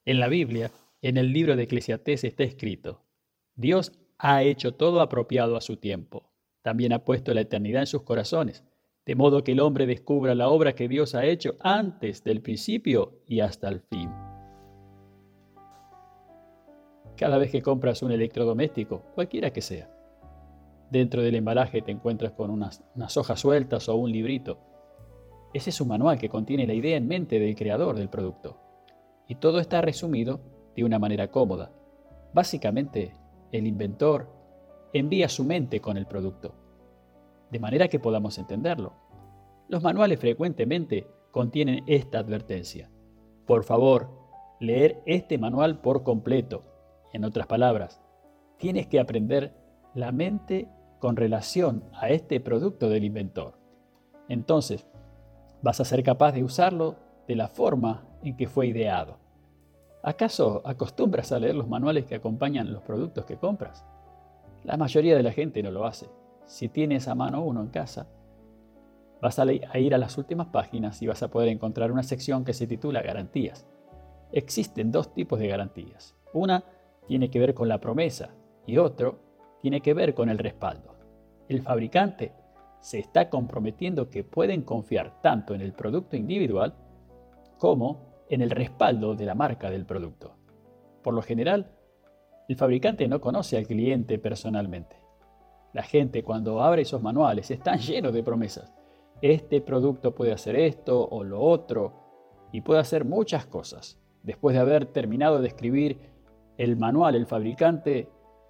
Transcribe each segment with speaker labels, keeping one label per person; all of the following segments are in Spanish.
Speaker 1: En la Biblia, en el libro de Eclesiastés está escrito: Dios ha hecho todo apropiado a su tiempo. También ha puesto la eternidad en sus corazones, de modo que el hombre descubra la obra que Dios ha hecho antes del principio y hasta el fin. Cada vez que compras un electrodoméstico, cualquiera que sea, dentro del embalaje te encuentras con unas hojas sueltas o un librito. Ese es un manual que contiene la idea en mente del creador del producto. Y todo está resumido de una manera cómoda. Básicamente, el inventor envía su mente con el producto, de manera que podamos entenderlo. Los manuales frecuentemente contienen esta advertencia: por favor, leer este manual por completo. En otras palabras, tienes que aprender la mente con relación a este producto del inventor. Entonces, vas a ser capaz de usarlo de la forma en que fue ideado. ¿Acaso acostumbras a leer los manuales que acompañan los productos que compras? La mayoría de la gente no lo hace. Si tienes a mano uno en casa, vas a ir a las últimas páginas y vas a poder encontrar una sección que se titula Garantías. Existen dos tipos de garantías. Una tiene que ver con la promesa y otro tiene que ver con el respaldo. El fabricante se está comprometiendo que pueden confiar tanto en el producto individual como en el respaldo de la marca del producto. Por lo general, el fabricante no conoce al cliente personalmente. La gente, cuando abre esos manuales, están llenos de promesas. Este producto puede hacer esto o lo otro y puede hacer muchas cosas. Después de haber terminado de escribir el manual, el fabricante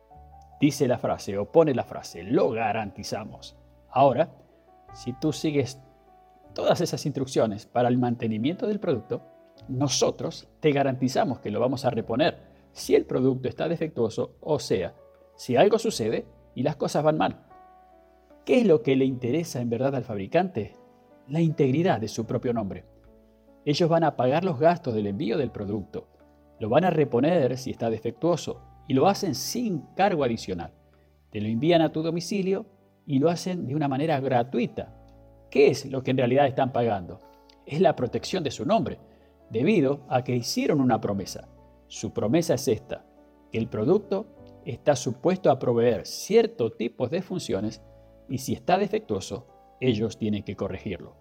Speaker 1: dice la frase o pone la frase: lo garantizamos. Ahora, si tú sigues todas esas instrucciones para el mantenimiento del producto, nosotros te garantizamos que lo vamos a reponer si el producto está defectuoso, o sea, si algo sucede y las cosas van mal. ¿Qué es lo que le interesa en verdad al fabricante? La integridad de su propio nombre. Ellos van a pagar los gastos del envío del producto, lo van a reponer si está defectuoso y lo hacen sin cargo adicional. Te lo envían a tu domicilio y lo hacen de una manera gratuita. ¿Qué es lo que en realidad están pagando? Es la protección de su nombre, debido a que hicieron una promesa. Su promesa es esta: que el producto está supuesto a proveer ciertos tipos de funciones y si está defectuoso, ellos tienen que corregirlo.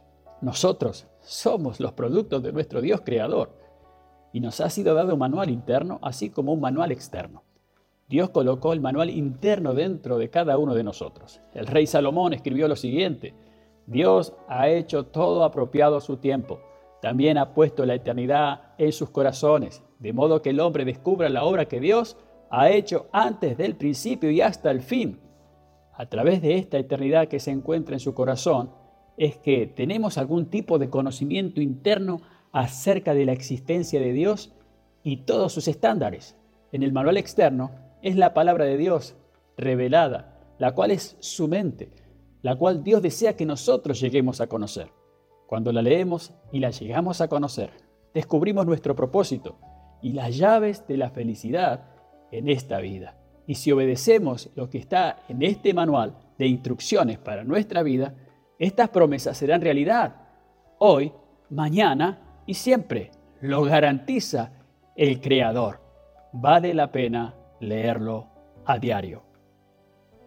Speaker 1: Nosotros somos los productos de nuestro Dios creador y nos ha sido dado un manual interno así como un manual externo. Dios colocó el manual interno dentro de cada uno de nosotros. El rey Salomón escribió lo siguiente: Dios ha hecho todo apropiado a su tiempo. También ha puesto la eternidad en sus corazones, de modo que el hombre descubra la obra que Dios ha hecho antes del principio y hasta el fin. A través de esta eternidad que se encuentra en su corazón, es que tenemos algún tipo de conocimiento interno acerca de la existencia de Dios y todos sus estándares. En el manual externo es la palabra de Dios revelada, la cual es su mente, la cual Dios desea que nosotros lleguemos a conocer. Cuando la leemos y la llegamos a conocer, descubrimos nuestro propósito y las llaves de la felicidad en esta vida. Y si obedecemos lo que está en este manual de instrucciones para nuestra vida, estas promesas serán realidad, hoy, mañana y siempre. Lo garantiza el Creador. Vale la pena leerlo a diario.